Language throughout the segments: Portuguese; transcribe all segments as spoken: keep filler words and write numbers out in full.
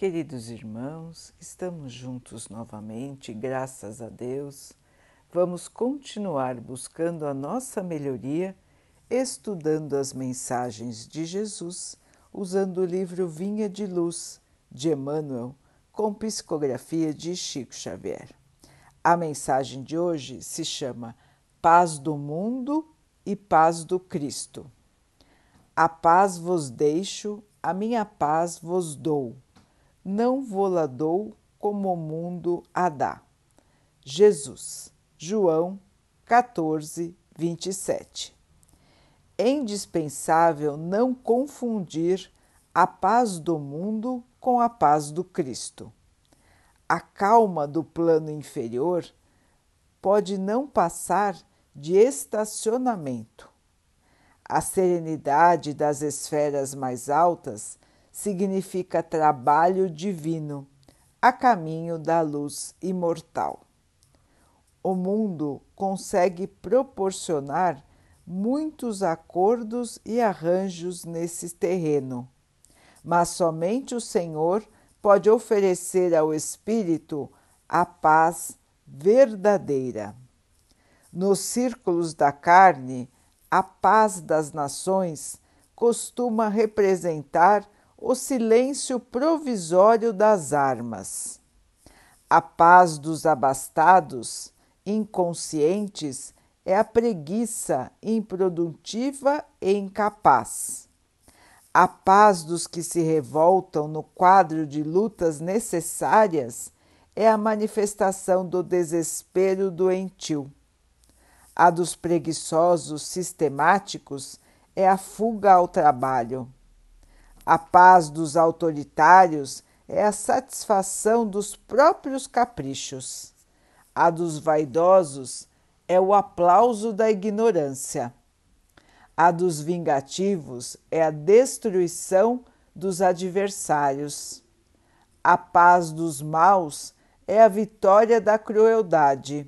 Queridos irmãos, estamos juntos novamente, graças a Deus. Vamos continuar buscando a nossa melhoria, estudando as mensagens de Jesus, usando o livro Vinha de Luz, de Emmanuel, com psicografia de Chico Xavier. A mensagem de hoje se chama Paz do Mundo e Paz do Cristo. A paz vos deixo, a minha paz vos dou. Não vô-la dou como o mundo a dá. Jesus, João quatorze, vinte e sete. É indispensável não confundir a paz do mundo com a paz do Cristo. A calma do plano inferior pode não passar de estacionamento. A serenidade das esferas mais altas significa trabalho divino, a caminho da luz imortal. O mundo consegue proporcionar muitos acordos e arranjos nesse terreno, mas somente o Senhor pode oferecer ao espírito a paz verdadeira. Nos círculos da carne, a paz das nações costuma representar o silêncio provisório das armas. A paz dos abastados, inconscientes, é a preguiça improdutiva e incapaz. A paz dos que se revoltam no quadro de lutas necessárias é a manifestação do desespero doentio. A dos preguiçosos sistemáticos é a fuga ao trabalho. A paz dos autoritários é a satisfação dos próprios caprichos. A dos vaidosos é o aplauso da ignorância. A dos vingativos é a destruição dos adversários. A paz dos maus é a vitória da crueldade.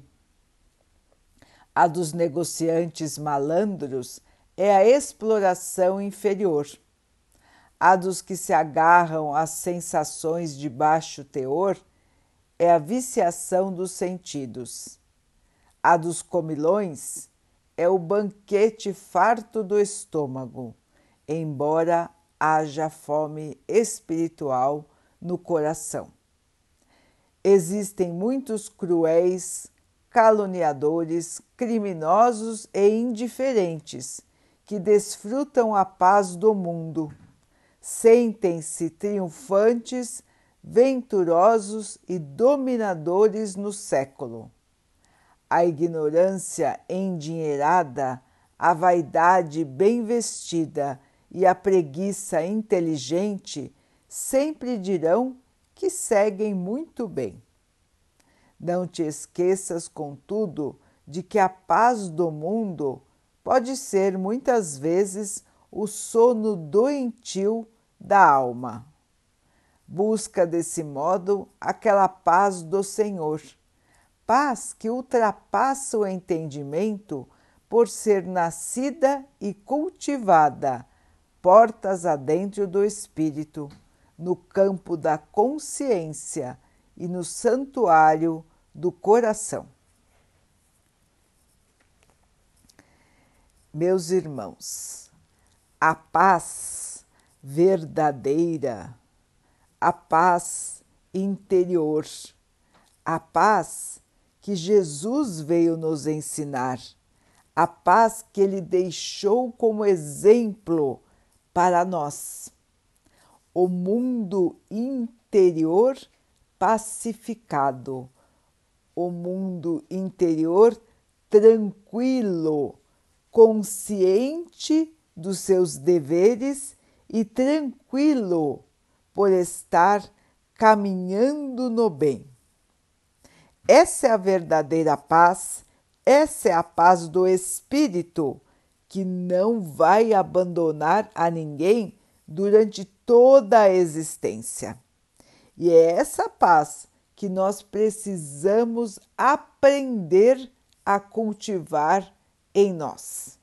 A dos negociantes malandros é a exploração inferior. A dos que se agarram às sensações de baixo teor é a viciação dos sentidos. A dos comilões é o banquete farto do estômago, embora haja fome espiritual no coração. Existem muitos cruéis, caluniadores, criminosos e indiferentes que desfrutam a paz do mundo. Sentem-se triunfantes, venturosos e dominadores no século. A ignorância endinheirada, a vaidade bem vestida e a preguiça inteligente sempre dirão que seguem muito bem. Não te esqueças, contudo, de que a paz do mundo pode ser muitas vezes o sono doentio da alma. Busca desse modo aquela paz do Senhor, paz que ultrapassa o entendimento por ser nascida e cultivada portas adentro do espírito, no campo da consciência e no santuário do coração. Meus irmãos, a paz verdadeira, a paz interior, a paz que Jesus veio nos ensinar, a paz que Ele deixou como exemplo para nós. O mundo interior pacificado, o mundo interior tranquilo, consciente dos seus deveres e tranquilo por estar caminhando no bem. Essa é a verdadeira paz, essa é a paz do Espírito, que não vai abandonar a ninguém durante toda a existência. E é essa paz que nós precisamos aprender a cultivar em nós.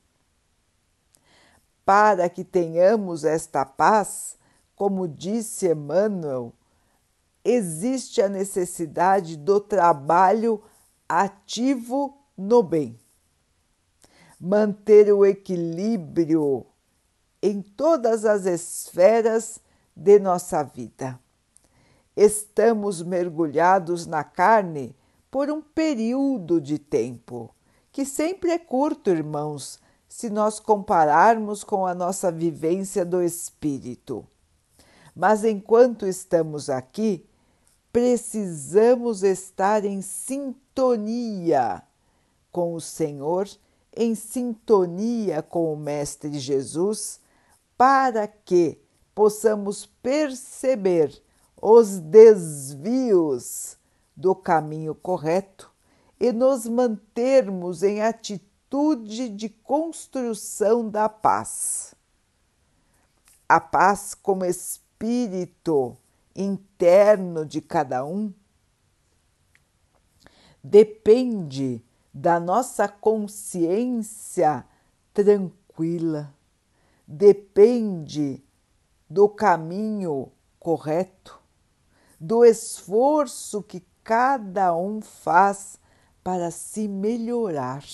Para que tenhamos esta paz, como disse Emmanuel, existe a necessidade do trabalho ativo no bem. Manter o equilíbrio em todas as esferas de nossa vida. Estamos mergulhados na carne por um período de tempo, que sempre é curto, irmãos, se nós compararmos com a nossa vivência do espírito. Mas enquanto estamos aqui, precisamos estar em sintonia com o Senhor, em sintonia com o Mestre Jesus, para que possamos perceber os desvios do caminho correto e nos mantermos em atitude de construção da paz. A paz como espírito interno de cada um depende da nossa consciência tranquila, depende do caminho correto, do esforço que cada um faz para se melhorar.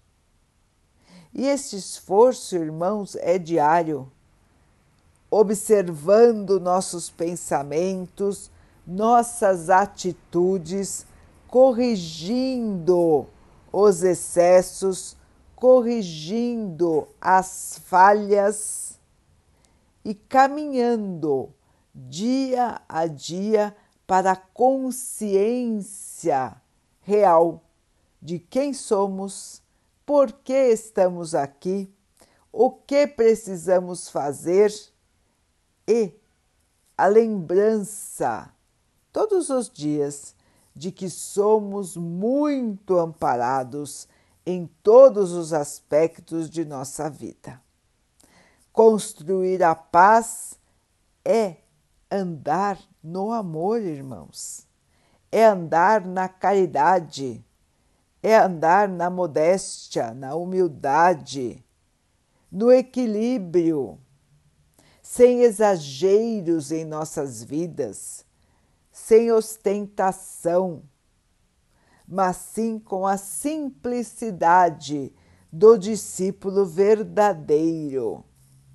E esse esforço, irmãos, é diário, observando nossos pensamentos, nossas atitudes, corrigindo os excessos, corrigindo as falhas e caminhando dia a dia para a consciência real de quem somos, por que estamos aqui, o que precisamos fazer e a lembrança todos os dias de que somos muito amparados em todos os aspectos de nossa vida. Construir a paz é andar no amor, irmãos. É andar na caridade, é andar na modéstia, na humildade, no equilíbrio, sem exageros em nossas vidas, sem ostentação, mas sim com a simplicidade do discípulo verdadeiro.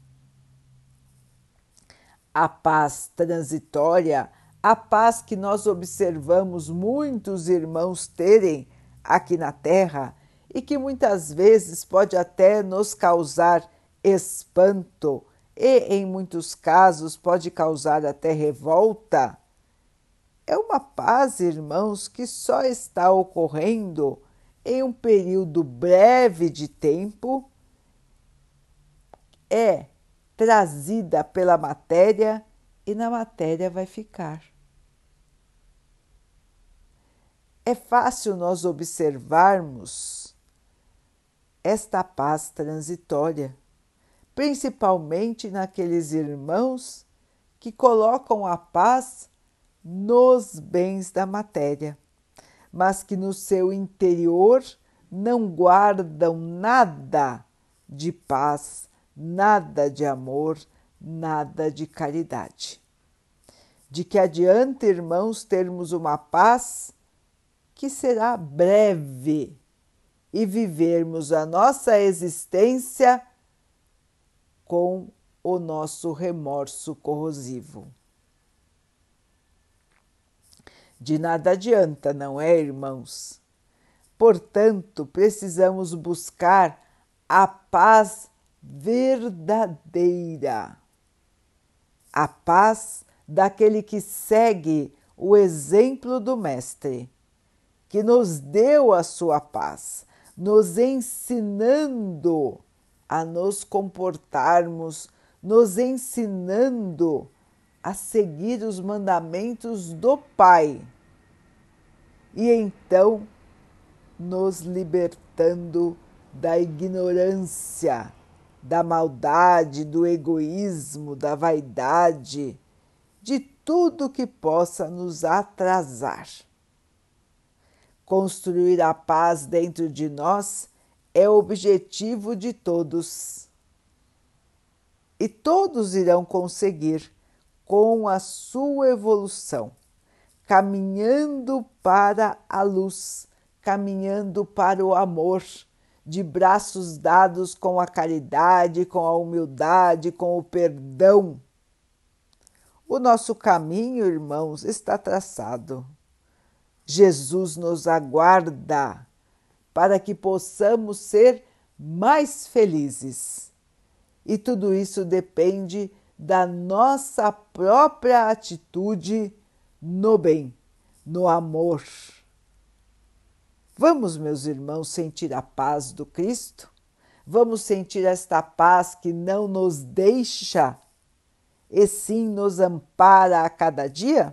A paz transitória, a paz que nós observamos muitos irmãos terem aqui na Terra e que muitas vezes pode até nos causar espanto e, em muitos casos, pode causar até revolta, é uma paz, irmãos, que só está ocorrendo em um período breve de tempo, é trazida pela matéria e na matéria vai ficar. É fácil nós observarmos esta paz transitória, principalmente naqueles irmãos que colocam a paz nos bens da matéria, mas que no seu interior não guardam nada de paz, nada de amor, nada de caridade. De que adianta, irmãos, termos uma paz que será breve e vivermos a nossa existência com o nosso remorso corrosivo. De nada adianta, não é, irmãos? Portanto, precisamos buscar a paz verdadeira, a paz daquele que segue o exemplo do Mestre, que nos deu a sua paz, nos ensinando a nos comportarmos, nos ensinando a seguir os mandamentos do Pai e então nos libertando da ignorância, da maldade, do egoísmo, da vaidade, de tudo que possa nos atrasar. Construir a paz dentro de nós é o objetivo de todos. E todos irão conseguir com a sua evolução, caminhando para a luz, caminhando para o amor, de braços dados com a caridade, com a humildade, com o perdão. O nosso caminho, irmãos, está traçado. Jesus nos aguarda para que possamos ser mais felizes. E tudo isso depende da nossa própria atitude no bem, no amor. Vamos, meus irmãos, sentir a paz do Cristo? Vamos sentir esta paz que não nos deixa e sim nos ampara a cada dia?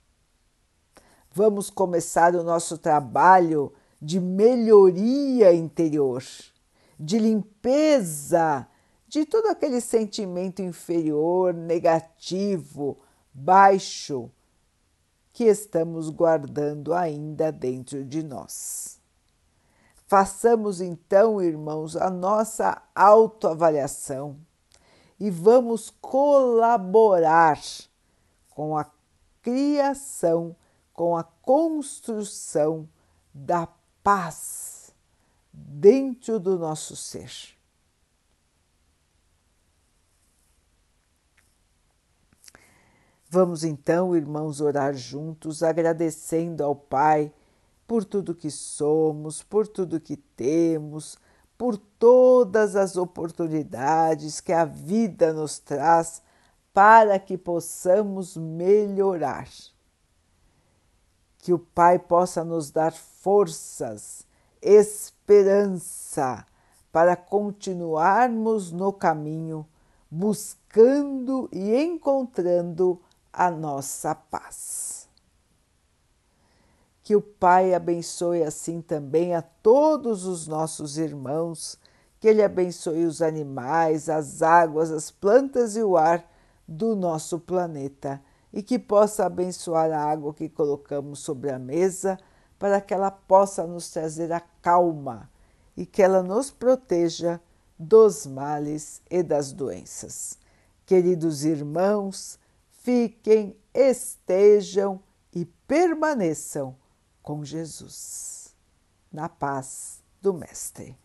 Vamos começar o nosso trabalho de melhoria interior, de limpeza de todo aquele sentimento inferior, negativo, baixo, que estamos guardando ainda dentro de nós. Façamos então, irmãos, a nossa autoavaliação e vamos colaborar com a criação, com a construção da paz dentro do nosso ser. Vamos então, irmãos, orar juntos, agradecendo ao Pai por tudo que somos, por tudo que temos, por todas as oportunidades que a vida nos traz para que possamos melhorar. Que o Pai possa nos dar forças, esperança para continuarmos no caminho, buscando e encontrando a nossa paz. Que o Pai abençoe assim também a todos os nossos irmãos, que Ele abençoe os animais, as águas, as plantas e o ar do nosso planeta e que possa abençoar a água que colocamos sobre a mesa para que ela possa nos trazer a calma e que ela nos proteja dos males e das doenças. Queridos irmãos, fiquem, estejam e permaneçam com Jesus, na paz do Mestre.